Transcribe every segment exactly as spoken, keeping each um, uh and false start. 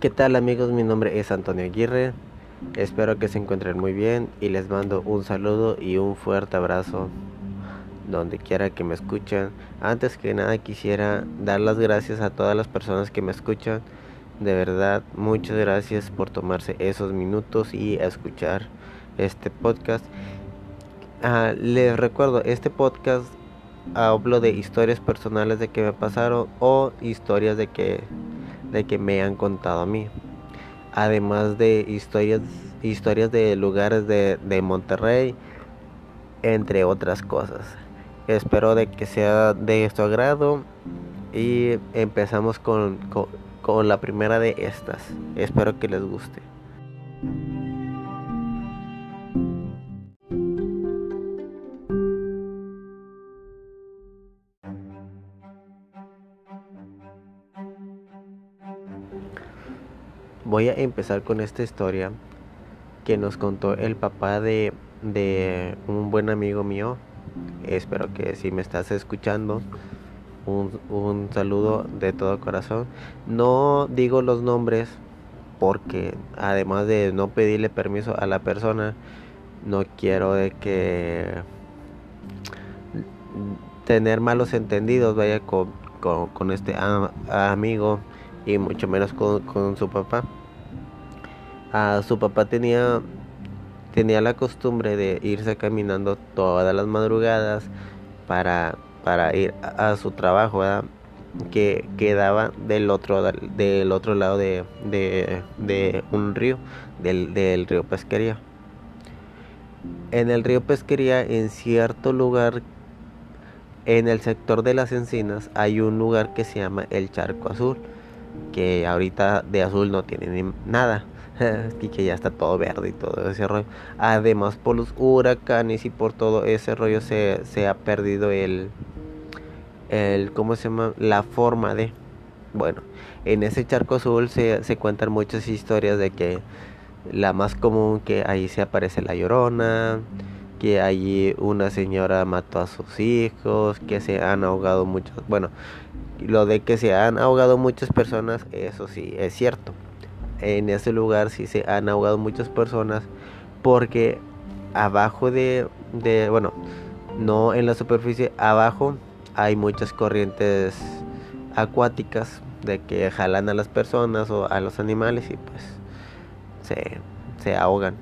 ¿Qué tal amigos? Mi nombre es Antonio Aguirre. Espero que se encuentren muy bien y les mando un saludo y un fuerte abrazo donde quiera que me escuchen. Antes que nada quisiera dar las gracias a todas las personas que me escuchan. De verdad, muchas gracias por tomarse esos minutos y escuchar este podcast. Ah, les recuerdo, este podcast hablo de historias personales de que me pasaron o historias de que, de que me han contado a mí. Además de historias, historias de lugares de, de Monterrey, entre otras cosas. Espero de que sea de su agrado y empezamos con, con, con la primera de estas. Espero que les guste. Voy a empezar con esta historia que nos contó el papá de, de un buen amigo mío. Espero que si me estás escuchando, un, un saludo de todo corazón. No digo los nombres porque además de no pedirle permiso a la persona, no quiero de que tener malos entendidos vaya con, con, con este a, a amigo y mucho menos con, con su papá. A su papá tenía tenía la costumbre de irse caminando todas las madrugadas para, para ir a, a su trabajo, ¿verdad? Que quedaba del otro del otro lado de, de, de un río, del, del río Pesquería. En el río Pesquería, en cierto lugar, en el sector de las encinas, hay un lugar que se llama el Charco Azul, que ahorita de azul no tiene ni nada. Y que ya está todo verde y todo ese rollo. Además, por los huracanes y por todo ese rollo se, se ha perdido el, el, ¿cómo se llama? La forma de, bueno, en ese charco azul se, se cuentan muchas historias de que la más común, que ahí se aparece la Llorona, que allí una señora mató a sus hijos, que se han ahogado muchos, bueno, lo de que se han ahogado muchas personas, eso sí es cierto. En ese lugar sí se han ahogado muchas personas porque abajo de, de bueno, no en la superficie, abajo hay muchas corrientes acuáticas de que jalan a las personas o a los animales y pues se, se ahogan.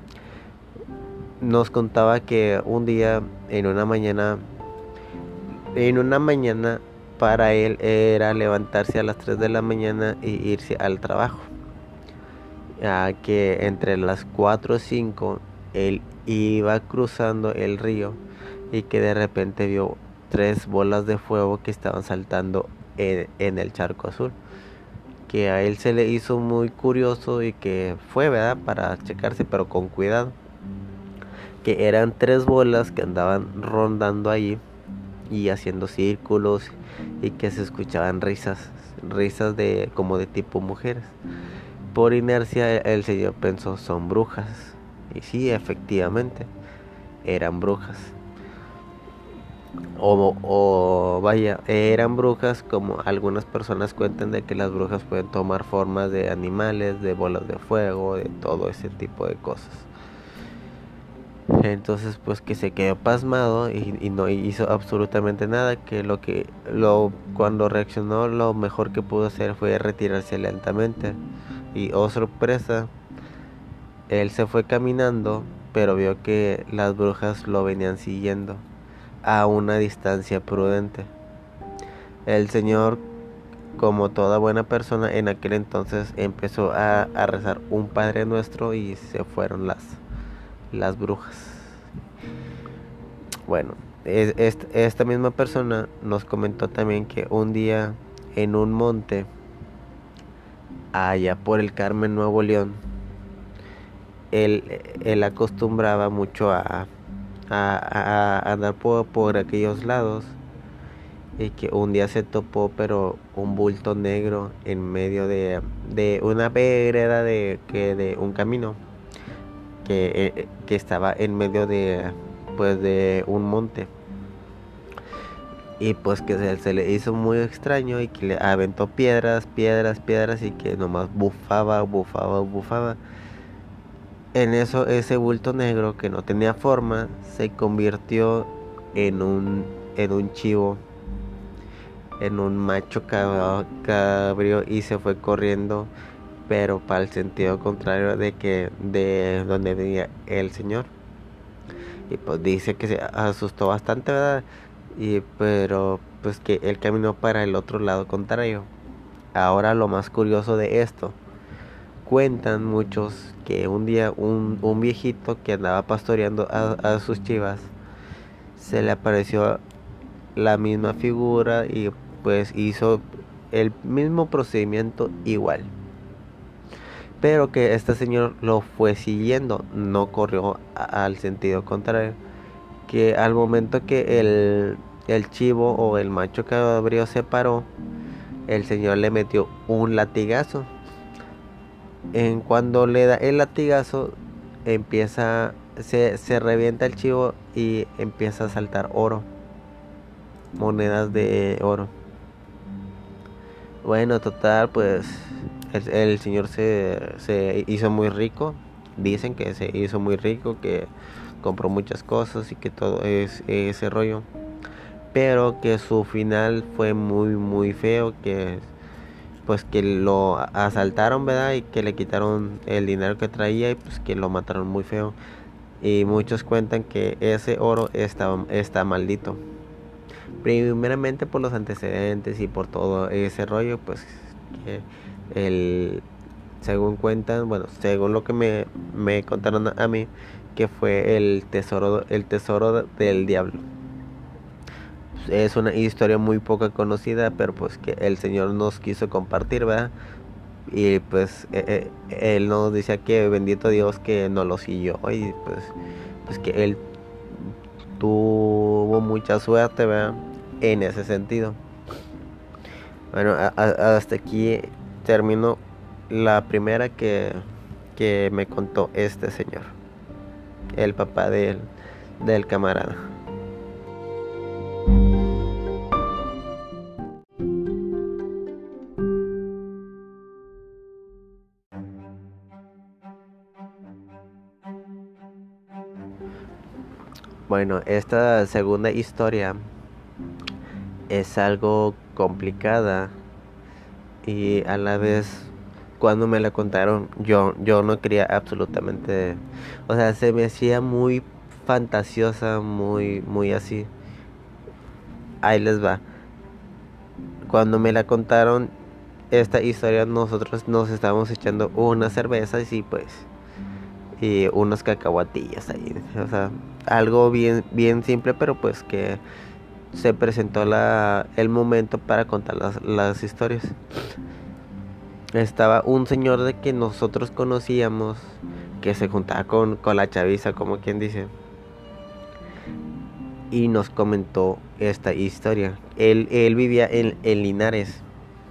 Nos contaba que un día en una mañana, en una mañana para él era levantarse a las tres de la mañana e irse al trabajo. Ya que entre las cuatro o cinco él iba cruzando el río y que de repente vio tres bolas de fuego que estaban saltando en, en el charco azul, que a él se le hizo muy curioso y que fue, ¿verdad?, para checarse, pero con cuidado, que eran tres bolas que andaban rondando ahí y haciendo círculos y que se escuchaban risas, risas de como de tipo mujeres. Por inercia el señor pensó, son brujas. Y sí, efectivamente, eran brujas. O, o vaya, eran brujas como algunas personas cuentan de que las brujas pueden tomar formas de animales, de bolas de fuego, de todo ese tipo de cosas. Entonces pues que se quedó pasmado y, y no hizo absolutamente nada, que lo que lo cuando reaccionó lo mejor que pudo hacer fue retirarse lentamente. Y oh sorpresa, él se fue caminando, pero vio que las brujas lo venían siguiendo a una distancia prudente. El señor, como toda buena persona en aquel entonces, empezó a, a rezar un Padre Nuestro y se fueron las, las brujas. Bueno, es, es, esta misma persona nos comentó también que un día en un monte allá por el Carmen, Nuevo León, él, él acostumbraba mucho a, a, a andar por, por aquellos lados y que un día se topó pero un bulto negro en medio de, de una vereda de, que de un camino que, eh, que estaba en medio de pues de un monte. Y pues que se, se le hizo muy extraño y que le aventó piedras, piedras, piedras y que nomás bufaba, bufaba, bufaba. En eso ese bulto negro que no tenía forma se convirtió en un, en un chivo, en un macho cabrío y se fue corriendo, pero para el sentido contrario de que de donde venía el señor. Y pues dice que se asustó bastante, ¿verdad? Y pero pues que él caminó para el otro lado contrario. Ahora lo más curioso de esto, cuentan muchos que un día un, un viejito que andaba pastoreando a, a sus chivas se le apareció la misma figura y pues hizo el mismo procedimiento igual. Pero que este señor lo fue siguiendo, no corrió a, al sentido contrario. Que al momento que el, el chivo o el macho cabrío se paró, el señor le metió un latigazo. En cuando le da el latigazo, empieza, se, se revienta el chivo y empieza a saltar oro, monedas de oro. Bueno, total, pues el, el señor se, se hizo muy rico. Dicen que se hizo muy rico, que compró muchas cosas y que todo es ese rollo. Pero que su final fue muy, muy feo, que pues que lo asaltaron, ¿verdad? Y que le quitaron el dinero que traía y pues que lo mataron muy feo. Y muchos cuentan que ese oro está, está maldito. Primeramente por los antecedentes y por todo ese rollo, pues que el, según cuentan, bueno, según lo que me, me contaron a mí, que fue el tesoro, el tesoro del diablo. Es una historia muy poco conocida, pero pues que el Señor nos quiso compartir, ¿verdad? Y pues eh, eh, Él nos decía que bendito Dios que nos lo siguió y pues, pues que Él tuvo mucha suerte, ¿verdad? En ese sentido. Bueno, a, a, hasta aquí termino la primera que, que me contó este señor, el papá del, del camarada. Bueno, esta segunda historia es algo complicada y a la vez cuando me la contaron yo yo no quería absolutamente, o sea, se me hacía muy fantasiosa, muy muy así. Ahí les va. Cuando me la contaron esta historia nosotros nos estábamos echando unas cervezas y pues y unos cacahuatillas ahí, o sea, algo bien bien simple, pero pues que se presentó la, el momento para contar las, las historias. Estaba un señor de que nosotros conocíamos que se juntaba con, con la chaviza, como quien dice, y nos comentó esta historia. Él, él vivía en, en Linares.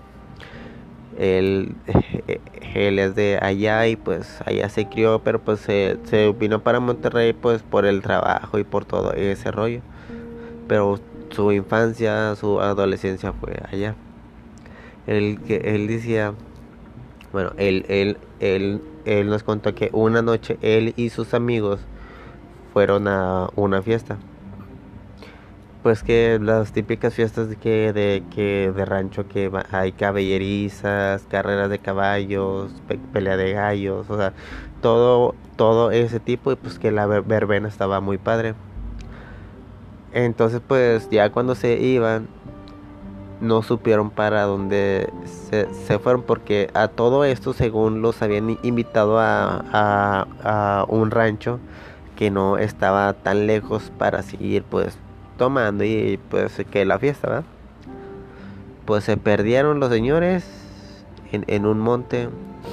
Él, él es de allá y pues allá se crió, pero pues se, se vino para Monterrey pues por el trabajo y por todo ese rollo. Pero su infancia, su adolescencia fue allá. Él, que él decía, bueno, él, él, él, él nos contó que una noche él y sus amigos fueron a una fiesta. Pues que las típicas fiestas de que de que de rancho que va- hay caballerizas, carreras de caballos, pe- pelea de gallos, o sea, todo todo ese tipo y pues que la ver- verbena estaba muy padre. Entonces pues ya cuando se iban no supieron para dónde se, se fueron porque a todo esto según los habían invitado a, a, a un rancho que no estaba tan lejos para seguir pues tomando y pues que la fiesta, ¿verdad? Pues se perdieron los señores en, en un monte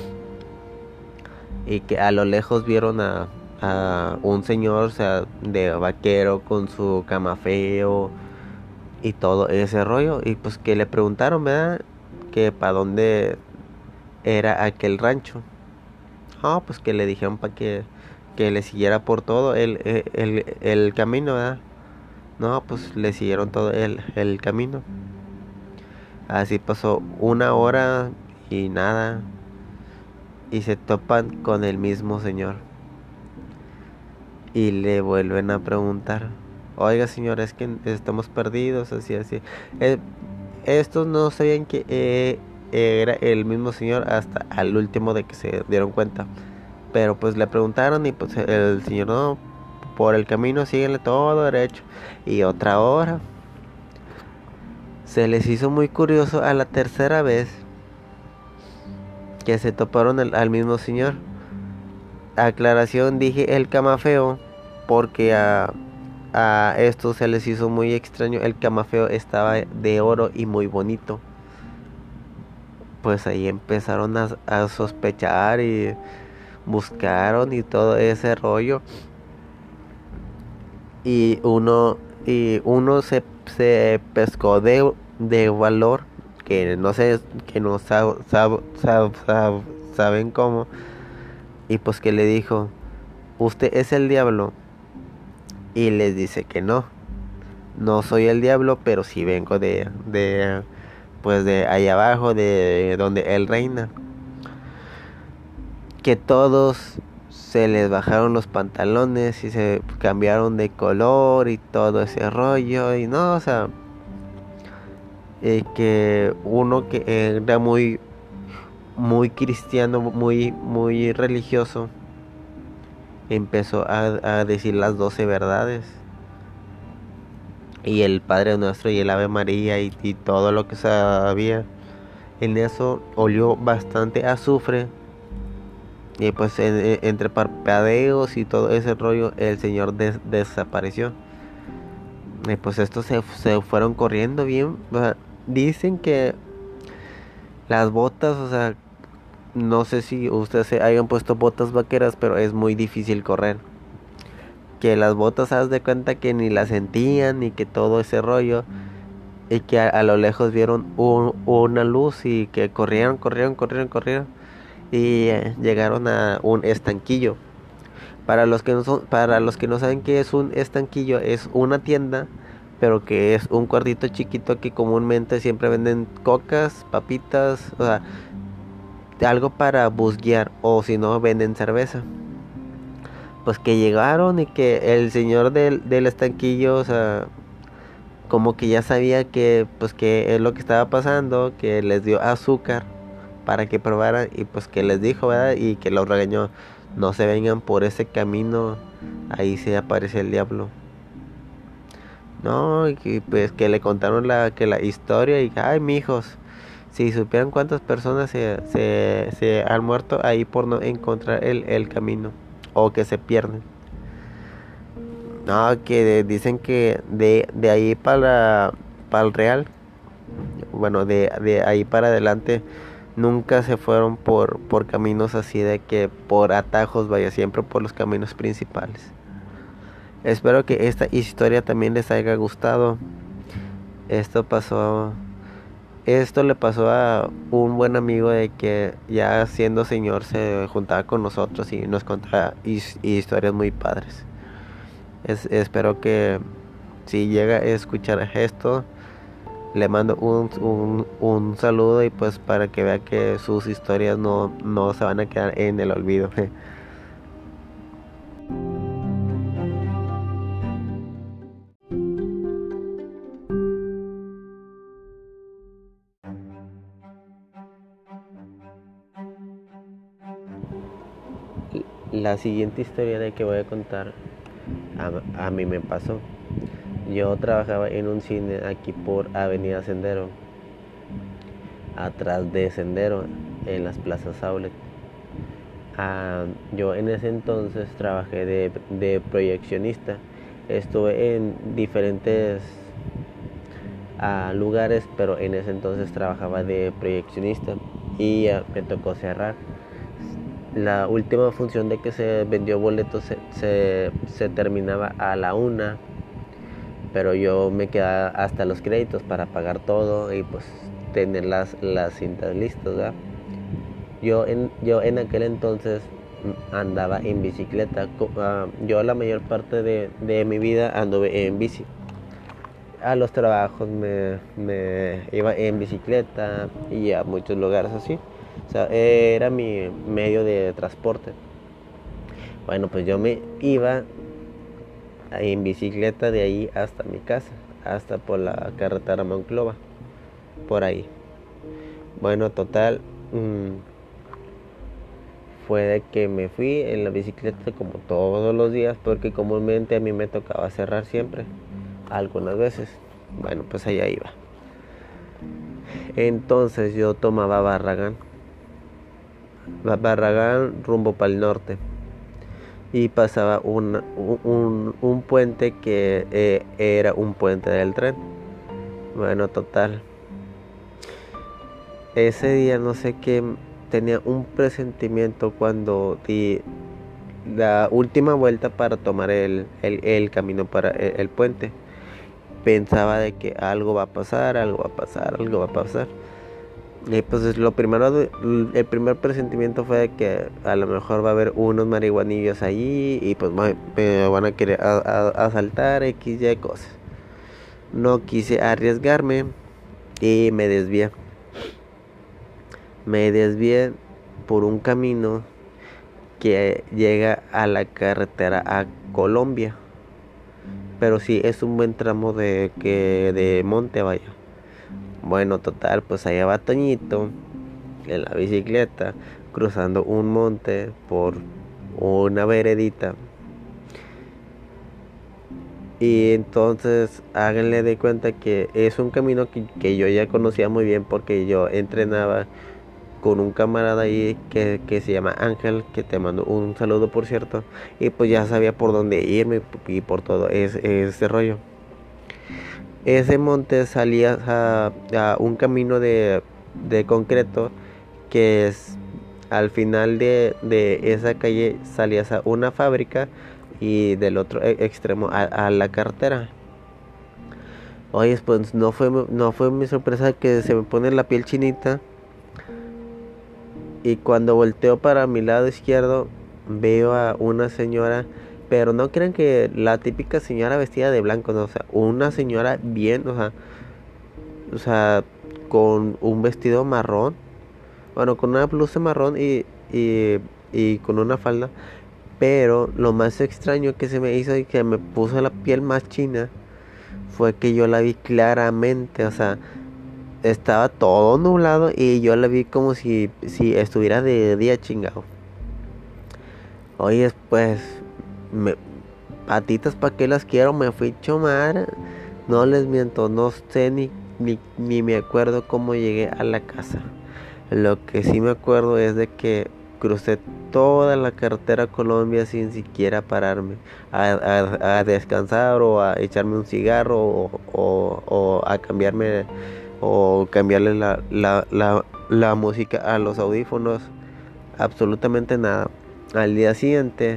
y que a lo lejos vieron a, a un señor, o sea, de vaquero con su camafeo y todo ese rollo y pues que le preguntaron, ¿verdad? Que para dónde era aquel rancho. Ah, pues que le dijeron para que, que le siguiera por todo el, el, el camino, ¿verdad? No, pues le siguieron todo el, el camino. Así pasó una hora y nada. Y se topan con el mismo señor. Y le vuelven a preguntar: oiga señor, es que estamos perdidos, así, así. Eh, estos no sabían que eh, era el mismo señor hasta al último de que se dieron cuenta. Pero pues le preguntaron y pues el señor: no, por el camino síguele todo derecho. Y otra hora. Se les hizo muy curioso a la tercera vez que se toparon el, al mismo señor. Aclaración, dije el camafeo porque a, a esto se les hizo muy extraño. El camafeo estaba de oro y muy bonito. Pues ahí empezaron a, a sospechar y buscaron y todo ese rollo. Y uno y uno se, se pescó de, de valor, que no sé, que no sab, sab, sab, sab, saben cómo. Y pues que le dijo: usted es el diablo. Y les dice que no, no soy el diablo, pero sí vengo de, de pues de allá abajo, de donde él reina. Que todos se les bajaron los pantalones y se cambiaron de color y todo ese rollo. Y no, o sea, eh, que uno que era muy muy cristiano, muy muy religioso, empezó a, a decir las doce verdades y el Padre Nuestro y el Ave María y, y todo lo que sabía. En eso olió bastante azufre. Y pues en, en, entre parpadeos y todo ese rollo, el señor des, desapareció. Y pues estos se, se fueron corriendo bien. O sea, dicen que las botas, o sea, no sé si ustedes se hayan puesto botas vaqueras, pero es muy difícil correr. Que las botas, haz de cuenta que ni las sentían, ni que todo ese rollo. Y que a, a lo lejos vieron un, una luz y que corrieron, corrieron, corrieron, corrieron. Y eh, llegaron a un estanquillo. Para los que no son, para los que no saben qué es un estanquillo, es una tienda, pero que es un cuartito chiquito que comúnmente siempre venden cocas, papitas, o sea, algo para busguear, o si no venden cerveza. Pues que llegaron y que el señor del, del estanquillo, o sea, como que ya sabía que pues que es lo que estaba pasando, que les dio azúcar para que probaran y pues que les dijo, ¿verdad? Y que los regañó: no se vengan por ese camino, ahí se aparece el diablo. No, y pues que le contaron la, que la historia y ay, mijos, si supieran cuántas personas se, se, se han muerto ahí por no encontrar el, el camino o que se pierden. No, que de, dicen que de, de ahí para, para el Real, bueno, de, de ahí para adelante nunca se fueron por, por caminos así de que por atajos, vaya, siempre por los caminos principales. Espero que esta historia también les haya gustado. Esto pasó, esto le pasó a un buen amigo de que ya siendo señor se juntaba con nosotros y nos contaba his- historias muy padres. Es, espero que si llega a escuchar esto, le mando un, un, un saludo y pues para que vea que sus historias no, no se van a quedar en el olvido. La siguiente historia de que voy a contar a, a mí me pasó. Yo trabajaba en un cine aquí por Avenida Sendero, atrás de Sendero, en las plazas Outlet. Ah, yo en ese entonces trabajé de, de proyeccionista. Estuve en diferentes ah, lugares, pero en ese entonces trabajaba de proyeccionista y ah, me tocó cerrar. La última función de que se vendió boletos se, se, se terminaba a la una, pero yo me quedaba hasta los créditos para pagar todo y pues tener las, las cintas listas, ¿verdad? Yo en, yo en aquel entonces andaba en bicicleta. Uh, yo la mayor parte de, de mi vida anduve en bici. a los trabajos me, me iba en bicicleta y a muchos lugares así. O sea, era mi medio de transporte. Bueno, pues yo me iba en bicicleta de ahí hasta mi casa, hasta por la carretera Monclova, por ahí. Bueno, total, mmm, fue de que me fui en la bicicleta como todos los días, porque comúnmente a mí me tocaba cerrar siempre, algunas veces. Bueno, pues allá iba. Entonces yo tomaba Barragán, Barragán rumbo para el norte, y pasaba un, un, un puente que eh, era un puente del tren. Bueno, total, ese día no sé qué, tenía un presentimiento cuando di la última vuelta para tomar el, el, el camino para el, el puente. Pensaba de que algo va a pasar, algo va a pasar, algo va a pasar. Y pues lo primero, el primer presentimiento fue de que a lo mejor va a haber unos marihuanillos allí y pues me van a querer a, a, asaltar X, Y cosas. No quise arriesgarme y me desvié. Me desvié por un camino que llega a la carretera a Colombia. Pero sí, es un buen tramo de, que, de monte, vaya. Bueno, total, pues allá va Toñito en la bicicleta, cruzando un monte por una veredita. Y entonces háganle de cuenta que es un camino que, que yo ya conocía muy bien, porque yo entrenaba con un camarada ahí que, que se llama Ángel, que te mando un saludo por cierto, y pues ya sabía por dónde irme y por todo ese, ese rollo. Ese monte salía a, a un camino de, de concreto, que es al final de, de esa calle salías a una fábrica y del otro extremo a, a la carretera. Oye, pues no fue, no fue mi sorpresa que se me pone la piel chinita. Y cuando volteo para mi lado izquierdo, veo a una señora, pero no crean que la típica señora vestida de blanco, no, o sea, una señora bien, o sea, o sea, con un vestido marrón, bueno, con una blusa marrón y, y, y con una falda. Pero lo más extraño que se me hizo y que me puso la piel más china fue que yo la vi claramente, o sea, estaba todo nublado y yo la vi como si, si estuviera de día, chingado. Oye, pues, me, patitas para qué las quiero, me fui chomar. No les miento, no sé ni, ni, ni me acuerdo cómo llegué a la casa. Lo que sí me acuerdo es de que crucé toda la carretera Colombia sin siquiera pararme a, a, a descansar o a echarme un cigarro o, o, o a cambiarme o cambiarle la, la, la, la música a los audífonos, absolutamente nada. Al día siguiente,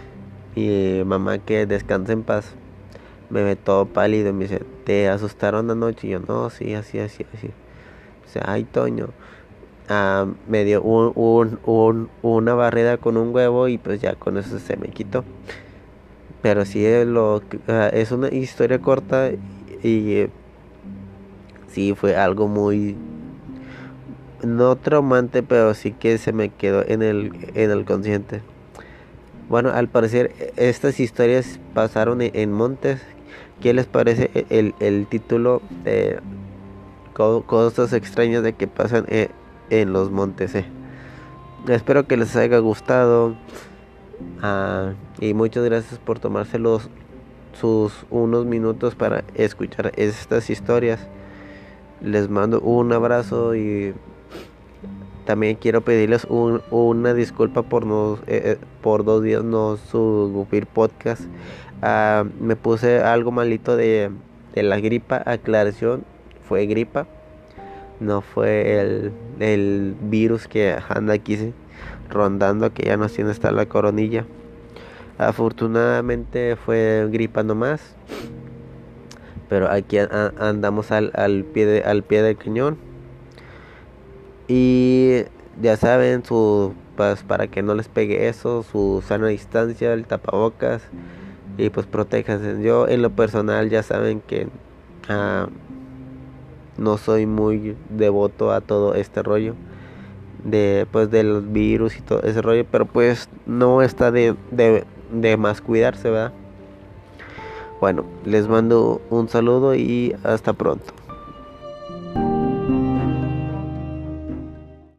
mi mamá, que descansa en paz, me ve todo pálido y me dice, ¿te asustaron anoche? Y yo, no, sí, así, así, así. O sea, ay, Toño. Uh, me dio un, un, un, una barrida con un huevo y pues ya con eso se me quitó. Pero sí, lo, uh, es una historia corta y uh, sí fue algo muy, no traumante, pero sí que se me quedó en el, en el consciente. Bueno, al parecer estas historias pasaron en, en montes. ¿Qué les parece el, el, el título de cosas extrañas de que pasan en, en los montes? Eh? Espero que les haya gustado. Uh, y muchas gracias por tomarse los, sus unos minutos para escuchar estas historias. Les mando un abrazo y también quiero pedirles un, una disculpa por no, eh, por dos días no subir podcast. Uh, me puse algo malito de, de la gripa. Aclaración, fue gripa, no fue el, el virus que anda aquí rondando, que ya nos tiene hasta la coronilla. Afortunadamente fue gripa nomás, pero aquí a, andamos al, al, pie de, al pie del cañón. Y ya saben, su, pues, para que no les pegue eso, su sana distancia, el tapabocas, y pues protéjanse. Yo en lo personal ya saben que Ah, no soy muy devoto a todo este rollo de pues del virus y todo ese rollo, pero pues no está de, de, de más cuidarse, ¿verdad? Bueno, les mando un saludo y hasta pronto.